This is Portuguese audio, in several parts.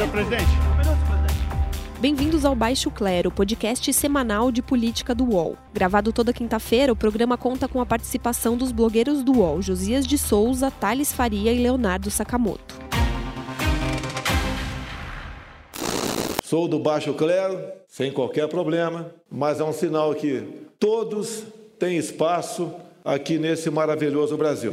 Senhor presidente. Bem-vindos ao Baixo Clero, podcast semanal de política do UOL. Gravado toda quinta-feira, o programa conta com a participação dos blogueiros do UOL, Josias de Souza, Thales Faria e Leonardo Sakamoto. Sou do Baixo Clero, sem qualquer problema, mas é um sinal que todos têm espaço aqui nesse maravilhoso Brasil.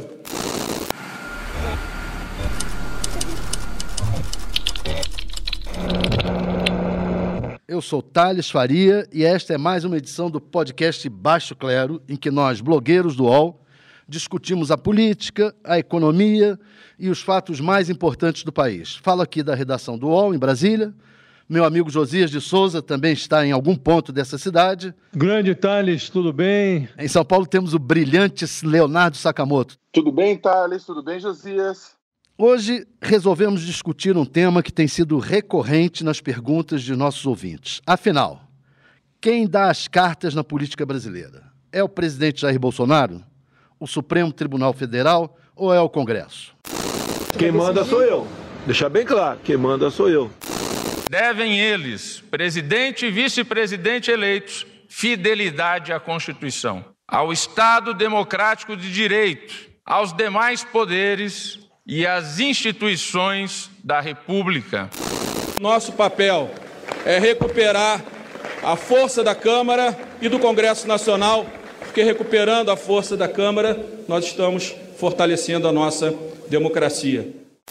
Eu sou Thales Faria e esta é mais uma edição do podcast Baixo Clero, em que nós, blogueiros do UOL, discutimos a política, a economia e os fatos mais importantes do país. Falo aqui da redação do UOL, em Brasília. Meu amigo Josias de Souza também está em algum ponto dessa cidade. Grande Thales, tudo bem? Em São Paulo temos o brilhante Leonardo Sakamoto. Tudo bem, Thales? Tudo bem, Josias? Hoje resolvemos discutir um tema que tem sido recorrente nas perguntas de nossos ouvintes. Afinal, quem dá as cartas na política brasileira? É o presidente Jair Bolsonaro? O Supremo Tribunal Federal ou é o Congresso? Quem manda sou eu. Deixar bem claro, quem manda sou eu. Devem eles, presidente e vice-presidente eleitos, fidelidade à Constituição, ao Estado democrático de direito, aos demais poderes e às instituições da República. Nosso papel é recuperar a força da Câmara e do Congresso Nacional, porque recuperando a força da Câmara, nós estamos fortalecendo a nossa democracia.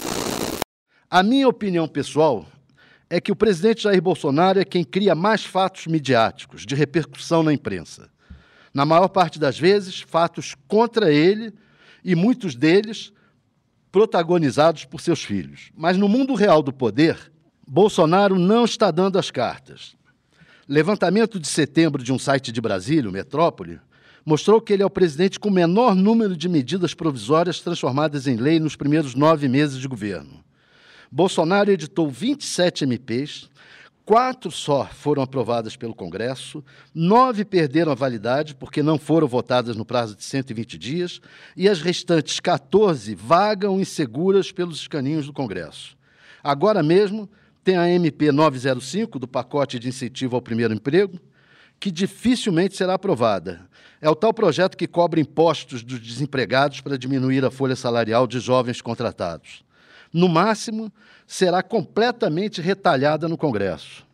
A minha opinião pessoal é que o presidente Jair Bolsonaro é quem cria mais fatos midiáticos, de repercussão na imprensa. Na maior parte das vezes, fatos contra ele e muitos deles protagonizados por seus filhos. Mas no mundo real do poder, Bolsonaro não está dando as cartas. Levantamento de setembro de um site de Brasília, o Metrópole, mostrou que ele é o presidente com o menor número de medidas provisórias transformadas em lei nos primeiros 9 meses de governo. Bolsonaro editou 27 MPs, 4 só foram aprovadas pelo Congresso, 9 perderam a validade porque não foram votadas no prazo de 120 dias e as restantes 14 vagam inseguras pelos escaninhos do Congresso. Agora mesmo tem a MP 905, do pacote de incentivo ao primeiro emprego, que dificilmente será aprovada. É o tal projeto que cobra impostos dos desempregados para diminuir a folha salarial de jovens contratados. No máximo, será completamente retalhada no Congresso.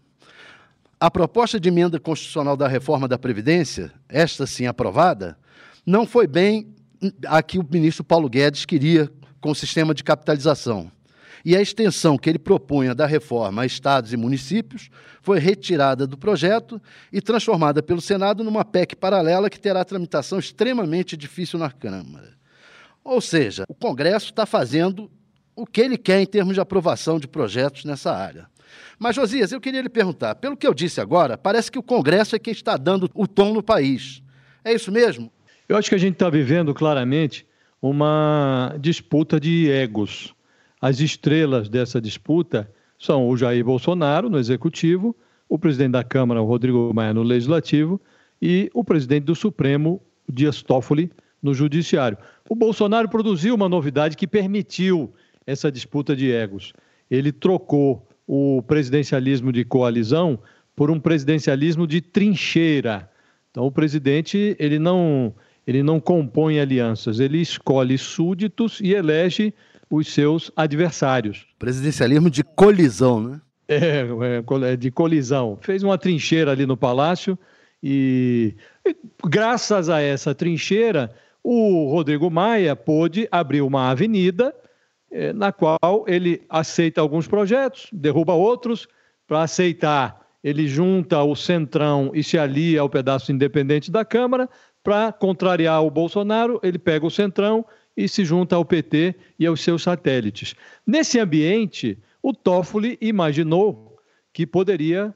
A proposta de emenda constitucional da reforma da Previdência, esta sim aprovada, não foi bem a que o ministro Paulo Guedes queria com o sistema de capitalização. E a extensão que ele propunha da reforma a estados e municípios foi retirada do projeto e transformada pelo Senado numa PEC paralela que terá tramitação extremamente difícil na Câmara. Ou seja, o Congresso está fazendo o que ele quer em termos de aprovação de projetos nessa área. Mas, Josias, eu queria lhe perguntar, pelo que eu disse agora, parece que o Congresso é quem está dando o tom no país. É isso mesmo? Eu acho que a gente está vivendo claramente uma disputa de egos. As estrelas dessa disputa são o Jair Bolsonaro, no Executivo, o presidente da Câmara, o Rodrigo Maia, no Legislativo, e o presidente do Supremo, o Dias Toffoli, no Judiciário. O Bolsonaro produziu uma novidade que permitiu essa disputa de egos. Ele trocou o presidencialismo de coalizão por um presidencialismo de trincheira. Então, o presidente ele não compõe alianças, ele escolhe súditos e elege os seus adversários. Presidencialismo de colisão, né? É de colisão. Fez uma trincheira ali no Palácio e graças a essa trincheira, o Rodrigo Maia pôde abrir uma avenida na qual ele aceita alguns projetos, derruba outros. Para aceitar, ele junta o Centrão e se alia ao pedaço independente da Câmara. Para contrariar o Bolsonaro, ele pega o Centrão e se junta ao PT e aos seus satélites. Nesse ambiente, o Toffoli imaginou que poderia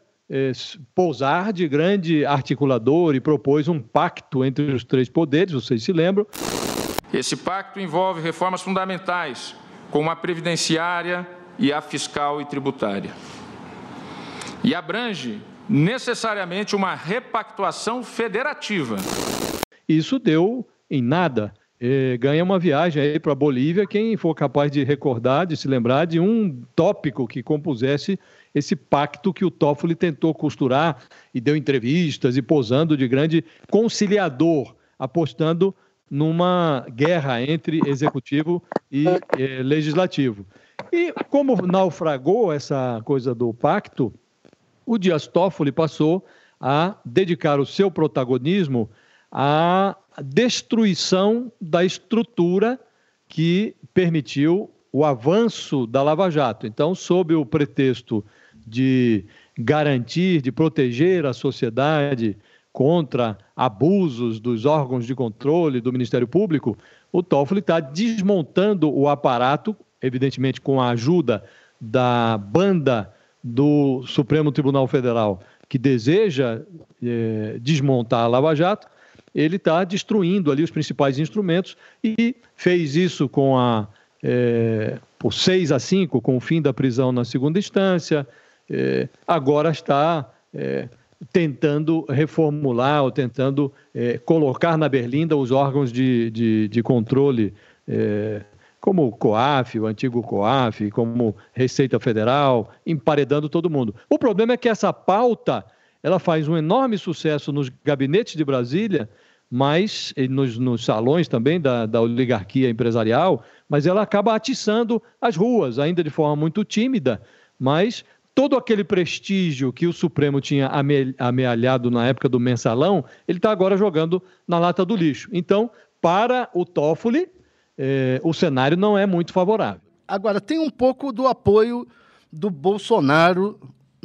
pousar de grande articulador e propôs um pacto entre os 3 poderes, vocês se lembram. Esse pacto envolve reformas fundamentais, como a previdenciária e a fiscal e tributária. E abrange necessariamente uma repactuação federativa. Isso deu em nada. ganha uma viagem aí para a Bolívia, quem for capaz de recordar, de se lembrar de um tópico que compusesse esse pacto que o Toffoli tentou costurar e deu entrevistas e posando de grande conciliador, apostando numa guerra entre executivo e legislativo. E como naufragou essa coisa do pacto, o Dias Toffoli passou a dedicar o seu protagonismo à destruição da estrutura que permitiu o avanço da Lava Jato. Então, sob o pretexto de garantir, de proteger a sociedade contra abusos dos órgãos de controle do Ministério Público, o Toffoli está desmontando o aparato, evidentemente com a ajuda da banda do Supremo Tribunal Federal, que deseja desmontar a Lava Jato. Ele está destruindo ali os principais instrumentos e fez isso por 6-5, com o fim da prisão na segunda instância. Agora está tentando reformular ou tentando colocar na berlinda os órgãos de controle, como o COAF, o antigo COAF, como Receita Federal, emparedando todo mundo. O problema é que essa pauta ela faz um enorme sucesso nos gabinetes de Brasília, mas nos salões também da oligarquia empresarial, mas ela acaba atiçando as ruas, ainda de forma muito tímida, mas todo aquele prestígio que o Supremo tinha amealhado na época do mensalão, ele está agora jogando na lata do lixo. Então, para o Toffoli, o cenário não é muito favorável. Agora, tem um pouco do apoio do Bolsonaro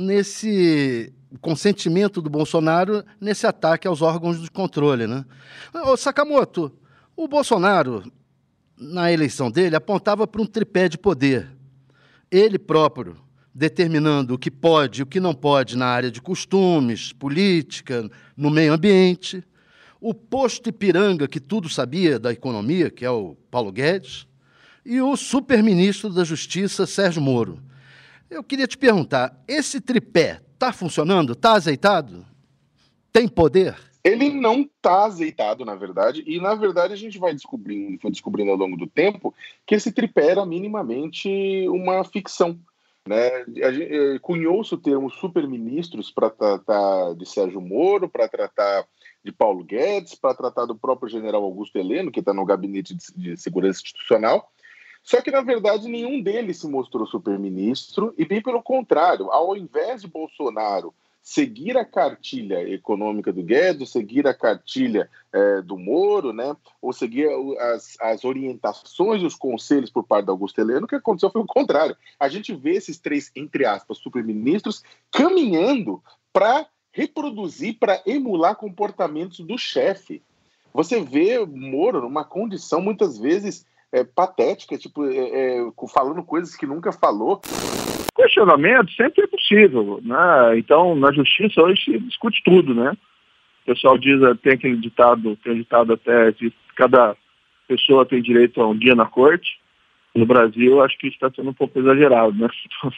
nesse consentimento do Bolsonaro nesse ataque aos órgãos de controle, né? Ô, Sakamoto, o Bolsonaro, na eleição dele, apontava para um tripé de poder. Ele próprio determinando o que pode e o que não pode na área de costumes, política, no meio ambiente. O posto Ipiranga, que tudo sabia da economia, que é o Paulo Guedes, e o superministro da Justiça, Sérgio Moro. Eu queria te perguntar, esse tripé está funcionando? Está azeitado? Tem poder? Ele não está azeitado, na verdade, e, na verdade, a gente foi descobrindo ao longo do tempo que esse tripé era minimamente uma ficção, né? Cunhou-se o termo superministros para tratar de Sérgio Moro, para tratar de Paulo Guedes, para tratar do próprio general Augusto Heleno, que está no Gabinete de Segurança Institucional. Só que, na verdade, nenhum deles se mostrou superministro, e bem pelo contrário, ao invés de Bolsonaro seguir a cartilha econômica do Guedes, seguir a cartilha do Moro, né, ou seguir as orientações e os conselhos por parte do Augusto Heleno, o que aconteceu foi o contrário. A gente vê esses três, entre aspas, superministros caminhando para reproduzir, para emular comportamentos do chefe. Você vê Moro numa condição, muitas vezes, patética, tipo, falando coisas que nunca falou. Questionamento sempre é possível, né? Então, na justiça hoje se discute tudo, né? O pessoal diz, tem um ditado até que cada pessoa tem direito a um dia na corte. No Brasil, acho que isso está sendo um pouco exagerado, né?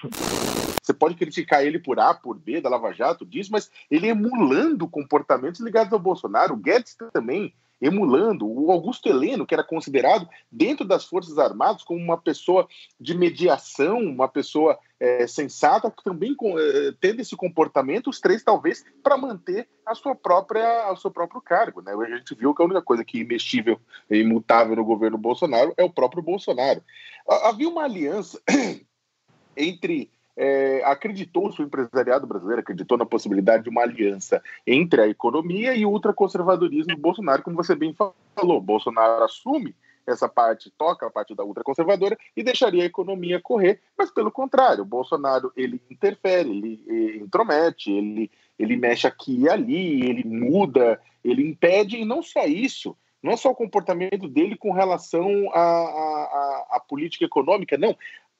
Você pode criticar ele por A, por B, da Lava Jato, disso, mas ele emulando comportamentos ligados ao Bolsonaro. O Guedes também emulando. O Augusto Heleno, que era considerado dentro das Forças Armadas como uma pessoa de mediação, uma pessoa sensata, que também tendo esse comportamento, os três talvez para manter o seu próprio cargo, né? A gente viu que a única coisa que é imexível e imutável no governo Bolsonaro é o próprio Bolsonaro. Havia uma aliança entre... acreditou-se o empresariado brasileiro, acreditou na possibilidade de uma aliança entre a economia e o ultraconservadorismo do Bolsonaro, como você bem falou. Bolsonaro assume essa parte, toca a parte da ultraconservadora e deixaria a economia correr, mas pelo contrário, o Bolsonaro ele interfere, ele intromete, ele mexe aqui e ali, ele muda, ele impede, e não só isso, não só o comportamento dele com relação à política econômica, não,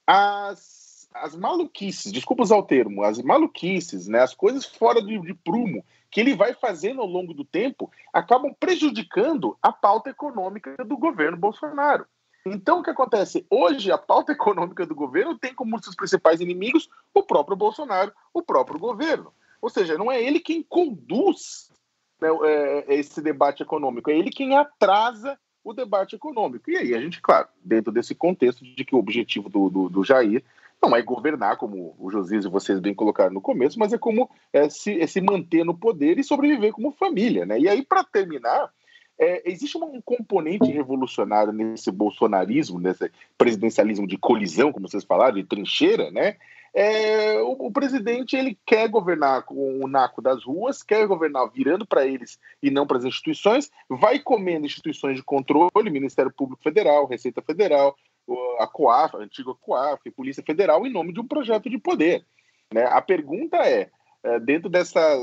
as maluquices, desculpa usar o termo, as maluquices, né, as coisas fora de prumo que ele vai fazendo ao longo do tempo acabam prejudicando a pauta econômica do governo Bolsonaro. Então, o que acontece? Hoje, a pauta econômica do governo tem como um dos principais inimigos o próprio Bolsonaro, o próprio governo. Ou seja, não é ele quem conduz, né, esse debate econômico, é ele quem atrasa o debate econômico. E aí a gente, claro, dentro desse contexto de que o objetivo do Jair não é governar, como o Josias e vocês bem colocaram no começo, mas é como se manter no poder e sobreviver como família, né? E aí, para terminar, existe um componente revolucionário nesse bolsonarismo, nesse presidencialismo de colisão, como vocês falaram, de trincheira, né? O presidente, ele quer governar com o naco das ruas, quer governar virando para eles e não para as instituições, vai comendo instituições de controle, Ministério Público Federal, Receita Federal, a COAF, a antiga COAF, Polícia Federal, em nome de um projeto de poder, né? A pergunta dentro dessa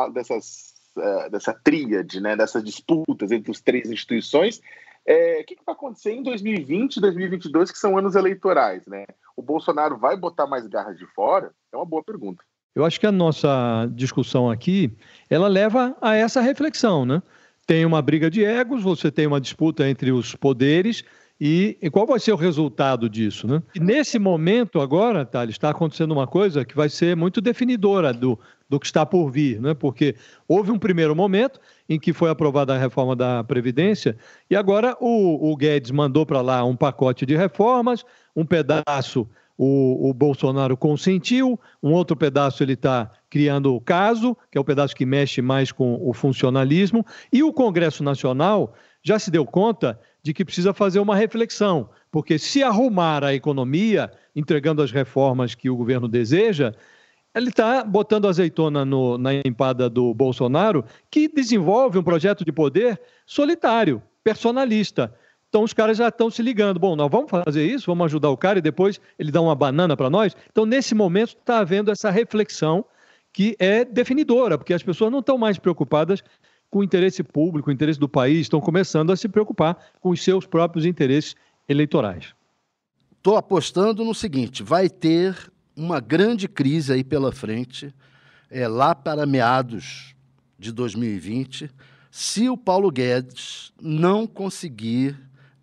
tríade, né, dessas disputas entre as três instituições, o que vai acontecer em 2020 e 2022, que são anos eleitorais, né? O Bolsonaro vai botar mais garras de fora? É uma boa pergunta. Eu acho que a nossa discussão aqui, ela leva a essa reflexão, né? Tem uma briga de egos, você tem uma disputa entre os poderes, e qual vai ser o resultado disso, né? E nesse momento agora, Thales, está acontecendo uma coisa que vai ser muito definidora do que está por vir, né? Porque houve um primeiro momento em que foi aprovada a reforma da Previdência e agora o Guedes mandou para lá um pacote de reformas, um pedaço o Bolsonaro consentiu, um outro pedaço ele está criando o caso, que é o pedaço que mexe mais com o funcionalismo, e o Congresso Nacional já se deu conta de que precisa fazer uma reflexão, porque se arrumar a economia, entregando as reformas que o governo deseja, ele está botando azeitona na empada do Bolsonaro, que desenvolve um projeto de poder solitário, personalista. Então os caras já estão se ligando. Bom, nós vamos fazer isso, vamos ajudar o cara e depois ele dá uma banana para nós. Então, nesse momento, está havendo essa reflexão que é definidora, porque as pessoas não estão mais preocupadas com o interesse público, o interesse do país, estão começando a se preocupar com os seus próprios interesses eleitorais. Estou apostando no seguinte, vai ter uma grande crise aí pela frente, lá para meados de 2020, se o Paulo Guedes não conseguir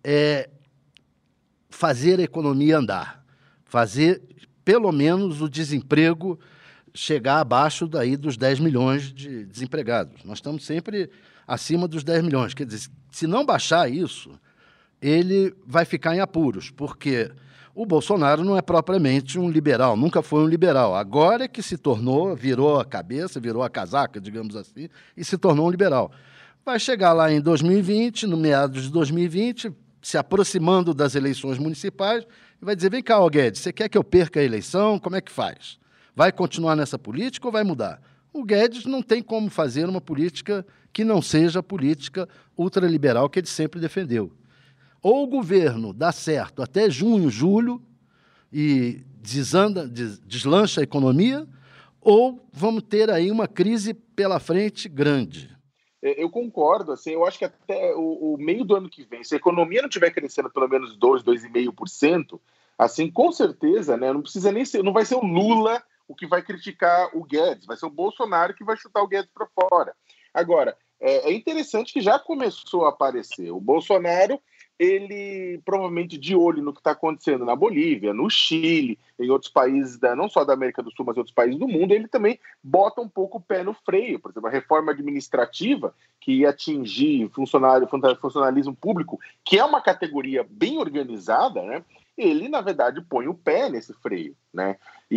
fazer a economia andar, fazer pelo menos o desemprego chegar abaixo daí dos 10 milhões de desempregados. Nós estamos sempre acima dos 10 milhões. Quer dizer, se não baixar isso, ele vai ficar em apuros, porque o Bolsonaro não é propriamente um liberal, nunca foi um liberal. Agora é que se tornou, virou a cabeça, virou a casaca, digamos assim, e se tornou um liberal. Vai chegar lá em 2020, no meados de 2020, se aproximando das eleições municipais, e vai dizer, vem cá, Guedes, você quer que eu perca a eleição? Como é que faz? Vai continuar nessa política ou vai mudar? O Guedes não tem como fazer uma política que não seja a política ultraliberal que ele sempre defendeu. Ou o governo dá certo até junho, julho, e deslancha a economia, ou vamos ter aí uma crise pela frente grande. Eu concordo, assim, eu acho que até o meio do ano que vem, se a economia não estiver crescendo pelo menos 2,5%, assim, com certeza, né, não precisa nem ser, não vai ser o Lula o que vai criticar o Guedes, vai ser o Bolsonaro que vai chutar o Guedes para fora. Agora, é interessante que já começou a aparecer. O Bolsonaro, ele provavelmente de olho no que está acontecendo na Bolívia, no Chile, em outros países, não só da América do Sul, mas outros países do mundo, ele também bota um pouco o pé no freio. Por exemplo, a reforma administrativa, que ia atingir funcionalismo público, que é uma categoria bem organizada, né? Ele, na verdade, põe o pé nesse freio, né?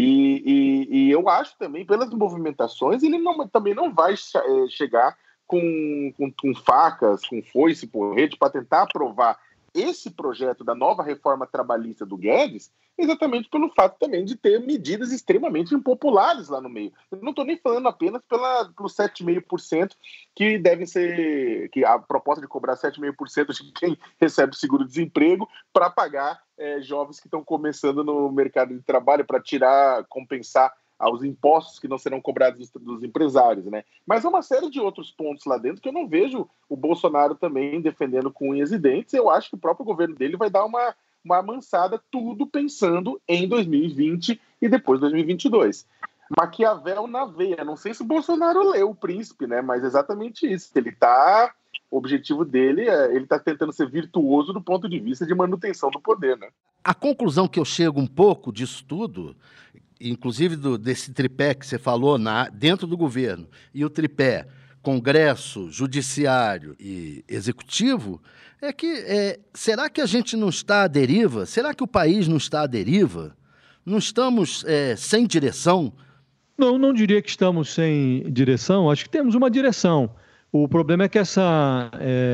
E eu acho também, pelas movimentações, ele também não vai chegar com facas, com foice, porrete, para tentar aprovar esse projeto da nova reforma trabalhista do Guedes, exatamente pelo fato também de ter medidas extremamente impopulares lá no meio. Eu não estou nem falando apenas pelos 7,5% que devem ser, que a proposta de cobrar 7,5% de quem recebe seguro-desemprego para pagar jovens que estão começando no mercado de trabalho, para compensar aos impostos que não serão cobrados dos empresários, né? Mas há uma série de outros pontos lá dentro que eu não vejo o Bolsonaro também defendendo com unhas e dentes. Eu acho que o próprio governo dele vai dar uma amansada, tudo pensando em 2020 e depois 2022. Maquiavel na veia. Não sei se o Bolsonaro leu O Príncipe, né? Mas exatamente isso. O objetivo dele ele está tentando ser virtuoso do ponto de vista de manutenção do poder, né? A conclusão que eu chego um pouco disso tudo, inclusive desse tripé que você falou dentro do governo, e o tripé Congresso, Judiciário e Executivo, será que a gente não está à deriva? Será que o país não está à deriva? Não estamos sem direção? Não diria que estamos sem direção, acho que temos uma direção. O problema é que essa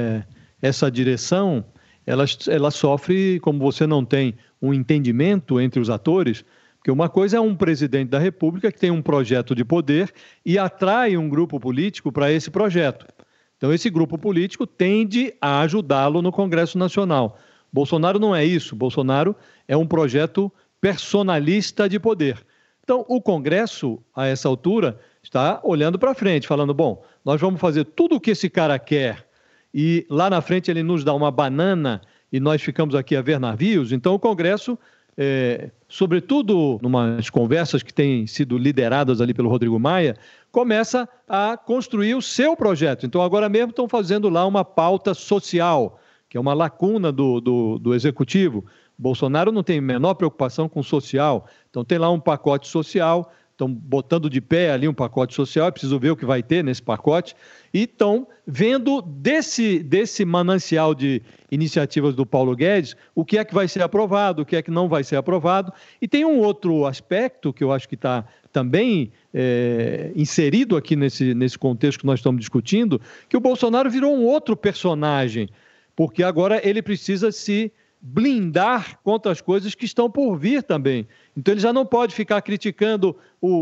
direção, ela sofre, como você não tem um entendimento entre os atores, porque uma coisa é um presidente da República que tem um projeto de poder e atrai um grupo político para esse projeto. Então, esse grupo político tende a ajudá-lo no Congresso Nacional. Bolsonaro não é isso. Bolsonaro é um projeto personalista de poder. Então, o Congresso, a essa altura, está olhando para frente, falando, bom, nós vamos fazer tudo o que esse cara quer e lá na frente ele nos dá uma banana e nós ficamos aqui a ver navios. Então, o Congresso, sobretudo numas conversas que têm sido lideradas ali pelo Rodrigo Maia, começa a construir o seu projeto. Então, agora mesmo estão fazendo lá uma pauta social, que é uma lacuna do Executivo. Bolsonaro não tem a menor preocupação com o social. Então, tem lá um pacote social, estão botando de pé ali um pacote social, é preciso ver o que vai ter nesse pacote, e estão vendo desse manancial de iniciativas do Paulo Guedes, o que é que vai ser aprovado, o que é que não vai ser aprovado. E tem um outro aspecto que eu acho que está também inserido aqui nesse contexto que nós estamos discutindo, que o Bolsonaro virou um outro personagem, porque agora ele precisa se blindar contra as coisas que estão por vir também. Então ele já não pode ficar criticando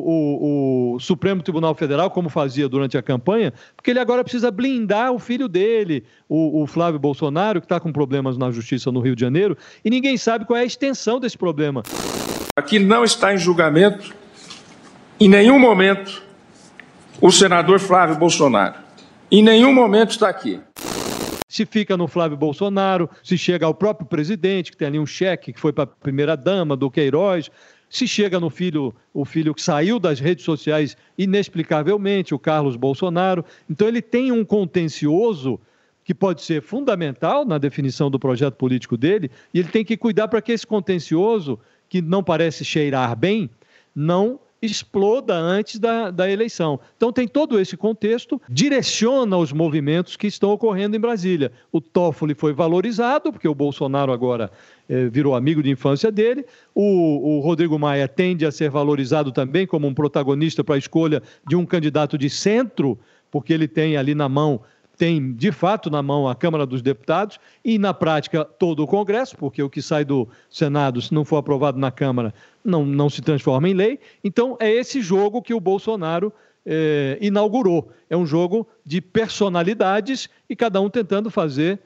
o Supremo Tribunal Federal, como fazia durante a campanha, porque ele agora precisa blindar o filho dele, o Flávio Bolsonaro, que está com problemas na justiça no Rio de Janeiro, e ninguém sabe qual é a extensão desse problema. Aqui não está em julgamento, em nenhum momento, o senador Flávio Bolsonaro. Em nenhum momento está aqui. Se fica no Flávio Bolsonaro, se chega ao próprio presidente, que tem ali um cheque que foi para a primeira-dama do Queiroz, se chega no filho, o filho que saiu das redes sociais inexplicavelmente, o Carlos Bolsonaro. Então ele tem um contencioso que pode ser fundamental na definição do projeto político dele, e ele tem que cuidar para que esse contencioso, que não parece cheirar bem, não exploda antes da eleição. Então tem todo esse contexto, direciona os movimentos que estão ocorrendo em Brasília. O Toffoli foi valorizado, porque o Bolsonaro agora virou amigo de infância dele. O Rodrigo Maia tende a ser valorizado também como um protagonista para a escolha de um candidato de centro, porque ele tem ali na mão, tem de fato na mão a Câmara dos Deputados e na prática todo o Congresso, porque o que sai do Senado, se não for aprovado na Câmara, não se transforma em lei. Então é esse jogo que o Bolsonaro inaugurou. É um jogo de personalidades e cada um tentando fazer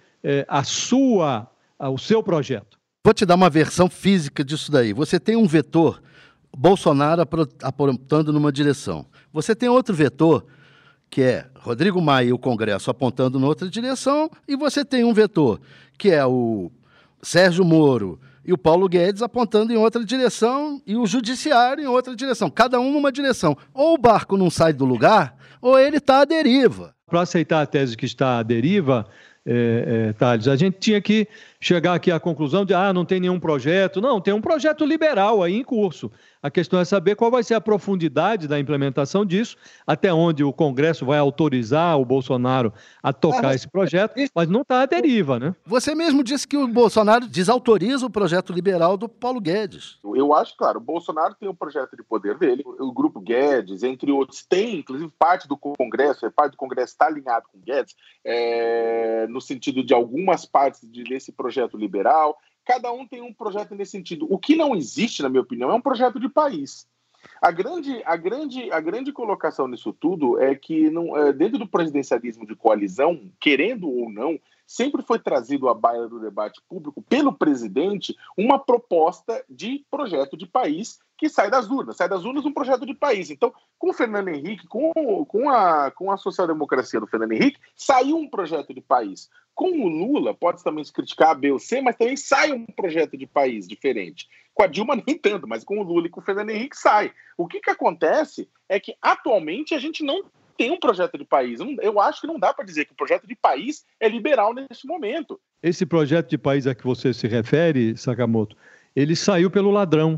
o seu projeto. Vou te dar uma versão física disso daí. Você tem um vetor, Bolsonaro apontando numa direção. Você tem outro vetor, que é Rodrigo Maia e o Congresso apontando em outra direção, e você tem um vetor, que é o Sérgio Moro e o Paulo Guedes apontando em outra direção e o Judiciário em outra direção, cada um numa direção. Ou o barco não sai do lugar, ou ele está à deriva. Para aceitar a tese que está à deriva, Thales, a gente tinha que chegar aqui à conclusão de não tem nenhum projeto. Não, tem um projeto liberal aí em curso. A questão é saber qual vai ser a profundidade da implementação disso, até onde o Congresso vai autorizar o Bolsonaro a tocar esse projeto, mas não está à deriva, né? Você mesmo disse que o Bolsonaro desautoriza o projeto liberal do Paulo Guedes. Eu acho, claro, o Bolsonaro tem um projeto de poder dele, o Grupo Guedes, entre outros, tem, inclusive, parte do Congresso está alinhado com o Guedes, no sentido de algumas partes desse projeto liberal. Cada um tem um projeto nesse sentido. O que não existe, na minha opinião, é um projeto de país. A grande colocação nisso tudo é que, dentro do presidencialismo de coalizão, querendo ou não, sempre foi trazido à baila do debate público pelo presidente uma proposta de projeto de país que sai das urnas um projeto de país. Então, com o Fernando Henrique, com a social-democracia do Fernando Henrique, saiu um projeto de país. Com o Lula, pode também se criticar A, B ou C, mas também sai um projeto de país diferente. Com a Dilma nem tanto, mas com o Lula e com o Fernando Henrique sai. O que acontece é que, atualmente, a gente não tem um projeto de país. Eu acho que não dá para dizer que o projeto de país é liberal neste momento. Esse projeto de país a que você se refere, Sakamoto, ele saiu pelo ladrão.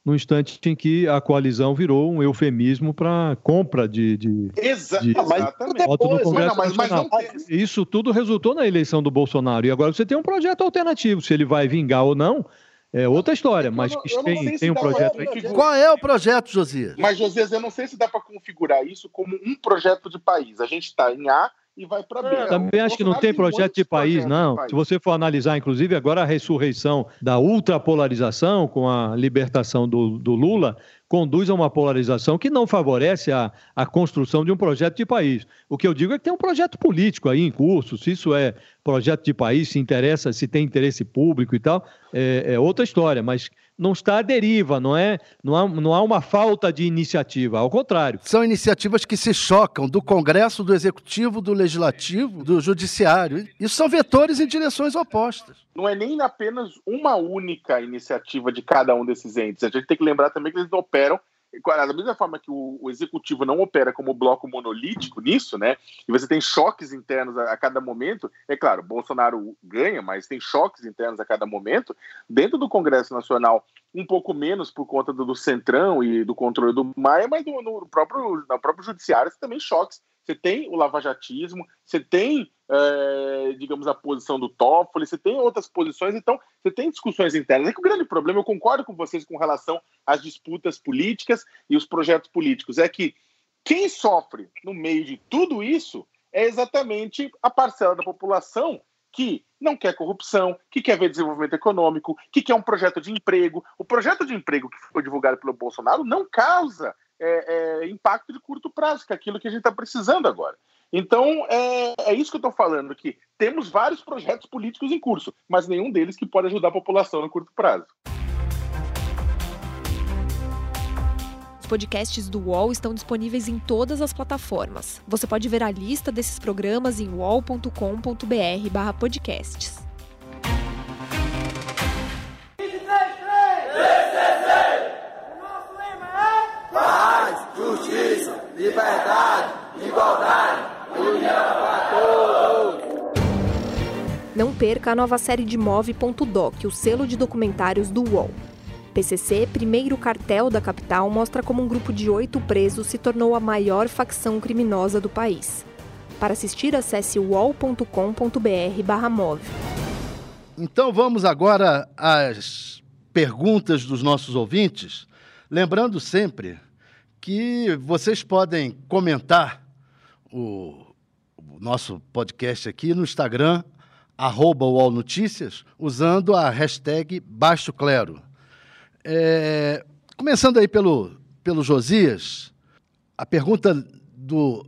no instante em que a coalizão virou um eufemismo para compra de Exatamente. voto no Congresso mas Nacional. Isso tudo resultou na eleição do Bolsonaro. E agora você tem um projeto alternativo. Se ele vai vingar ou não, é outra história. Mas tem um projeto aí. Qual é o projeto, Josias? Mas, Josias, eu não sei se dá para configurar isso como um projeto de país. A gente está em A e vai para B. Também acho que não tem projeto de país, não. Se você for analisar, inclusive, agora a ressurreição da ultrapolarização com a libertação do Lula conduz a uma polarização que não favorece a construção de um projeto de país. O que eu digo é que tem um projeto político aí em curso. Se isso é projeto de país, se tem interesse público e tal, é outra história, mas não está à deriva, não há uma falta de iniciativa, ao contrário. São iniciativas que se chocam do Congresso, do Executivo, do Legislativo, do Judiciário. Isso são vetores em direções opostas. Não é nem apenas uma única iniciativa de cada um desses entes. A gente tem que lembrar também que eles não operam da mesma forma que o executivo não opera como bloco monolítico nisso, né? E você tem choques internos a cada momento. É claro, Bolsonaro ganha, mas tem choques internos a cada momento. Dentro do Congresso Nacional, um pouco menos por conta do Centrão e do controle do Maia, mas no próprio Judiciário você também choques. Você tem o lavajatismo, você tem, digamos, a posição do Toffoli, você tem outras posições, então você tem discussões internas. É que o grande problema, eu concordo com vocês com relação às disputas políticas e os projetos políticos, é que quem sofre no meio de tudo isso é exatamente a parcela da população que não quer corrupção, que quer ver desenvolvimento econômico, que quer um projeto de emprego. O projeto de emprego que foi divulgado pelo Bolsonaro não causa impacto de curto prazo, que é aquilo que a gente está precisando agora. Então, é isso que eu estou falando, que temos vários projetos políticos em curso, mas nenhum deles que pode ajudar a população no curto prazo. Os podcasts do UOL estão disponíveis em todas as plataformas. Você pode ver a lista desses programas em uol.com.br/podcasts. Justiça, liberdade, igualdade, união para todos. Não perca a nova série de Move.doc, o selo de documentários do UOL. PCC, primeiro cartel da capital, mostra como um grupo de 8 presos se tornou a maior facção criminosa do país. Para assistir, acesse uol.com.br/move. Então vamos agora às perguntas dos nossos ouvintes, lembrando sempre que vocês podem comentar o nosso podcast aqui no Instagram, @UOLNoticias, usando a hashtag Baixo Clero. Começando aí pelo Josias, a pergunta do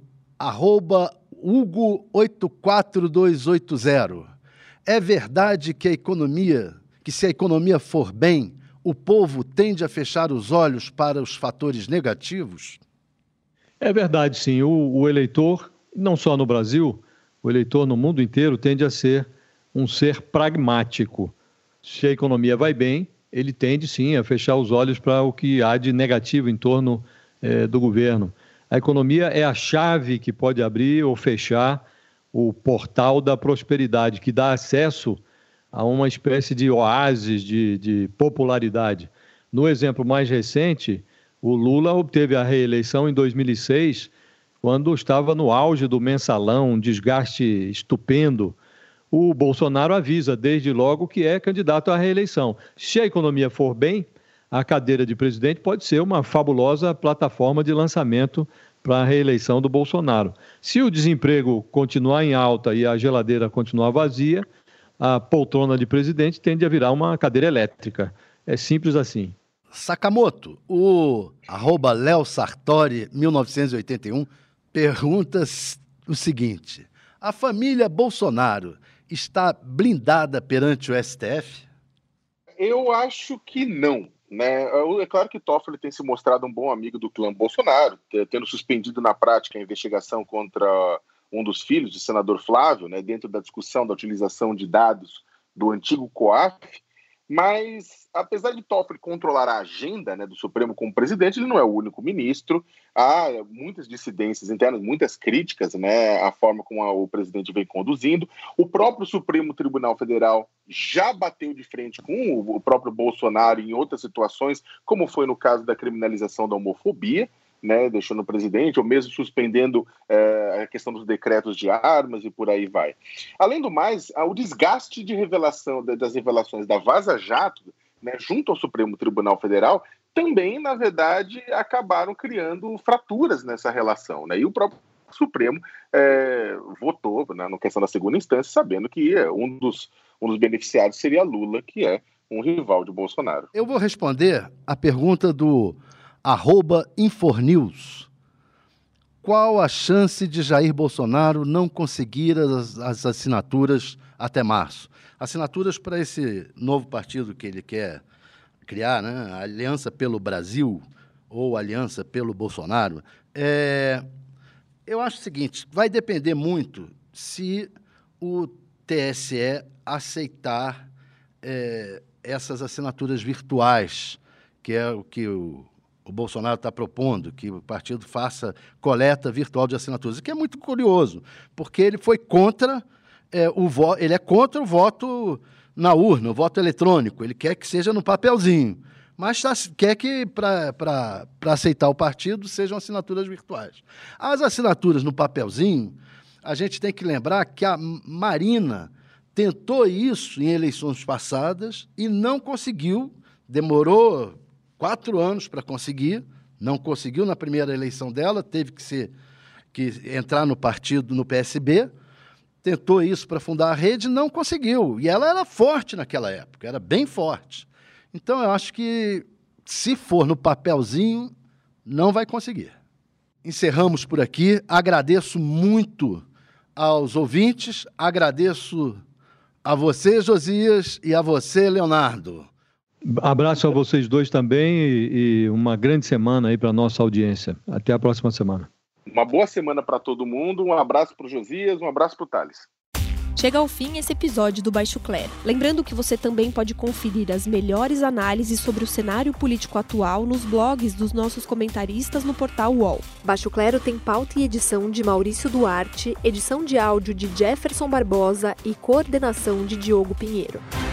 @Hugo84280. É verdade que se a economia for bem, o povo tende a fechar os olhos para os fatores negativos? É verdade, sim. O eleitor, não só no Brasil, o eleitor no mundo inteiro tende a ser um ser pragmático. Se a economia vai bem, ele tende, sim, a fechar os olhos para o que há de negativo em torno do governo. A economia é a chave que pode abrir ou fechar o portal da prosperidade, que dá acesso a uma espécie de oásis de popularidade. No exemplo mais recente, o Lula obteve a reeleição em 2006, quando estava no auge do mensalão, um desgaste estupendo. O Bolsonaro avisa desde logo que é candidato à reeleição. Se a economia for bem, a cadeira de presidente pode ser uma fabulosa plataforma de lançamento para a reeleição do Bolsonaro. Se o desemprego continuar em alta e a geladeira continuar vazia, a poltrona de presidente tende a virar uma cadeira elétrica. É simples assim. Sakamoto, o @LeoSartori1981 pergunta o seguinte: a família Bolsonaro está blindada perante o STF? Eu acho que não, né? É claro que Toffoli tem se mostrado um bom amigo do clã Bolsonaro, tendo suspendido na prática a investigação contra um dos filhos do senador Flávio, né, dentro da discussão da utilização de dados do antigo COAF, Mas, apesar de Toffoli controlar a agenda, né, do Supremo como presidente, ele não é o único ministro. Há muitas dissidências internas, muitas críticas, né, à forma como o presidente vem conduzindo. O próprio Supremo Tribunal Federal já bateu de frente com o próprio Bolsonaro em outras situações, como foi no caso da criminalização da homofobia, né, deixando o presidente, ou mesmo suspendendo a questão dos decretos de armas e por aí vai. Além do mais, o desgaste de das revelações da Vaza Jato, né, junto ao Supremo Tribunal Federal, também, na verdade, acabaram criando fraturas nessa relação, né, e o próprio Supremo votou, né, na questão da segunda instância, sabendo que um dos beneficiados seria Lula, que é um rival de Bolsonaro. Eu vou responder a pergunta do @Infornews. Qual a chance de Jair Bolsonaro não conseguir as assinaturas até março? Assinaturas para esse novo partido que ele quer criar, né? A Aliança pelo Brasil ou Aliança pelo Bolsonaro. Eu acho o seguinte, vai depender muito se o TSE aceitar essas assinaturas virtuais, que é o que o Bolsonaro está propondo, que o partido faça coleta virtual de assinaturas, o que é muito curioso, porque ele foi contra ele é contra o voto na urna, o voto eletrônico, ele quer que seja no papelzinho, mas quer que, para aceitar o partido, sejam assinaturas virtuais. As assinaturas no papelzinho, a gente tem que lembrar que a Marina tentou isso em eleições passadas e não conseguiu, demorou 4 anos para conseguir, não conseguiu na primeira eleição dela, teve que entrar no partido, no PSB, tentou isso para fundar a rede, não conseguiu. E ela era forte naquela época, era bem forte. Então, eu acho que, se for no papelzinho, não vai conseguir. Encerramos por aqui. Agradeço muito aos ouvintes, agradeço a você, Josias, e a você, Leonardo. Abraço a vocês dois também e uma grande semana aí para a nossa audiência. Até a próxima semana. Uma boa semana para todo mundo. Um abraço para o Josias, um abraço para o Thales. Chega ao fim esse episódio do Baixo Clero. Lembrando que você também pode conferir as melhores análises sobre o cenário político atual nos blogs dos nossos comentaristas no portal UOL. Baixo Clero tem pauta e edição de Maurício Duarte, edição de áudio de Jefferson Barbosa e coordenação de Diogo Pinheiro.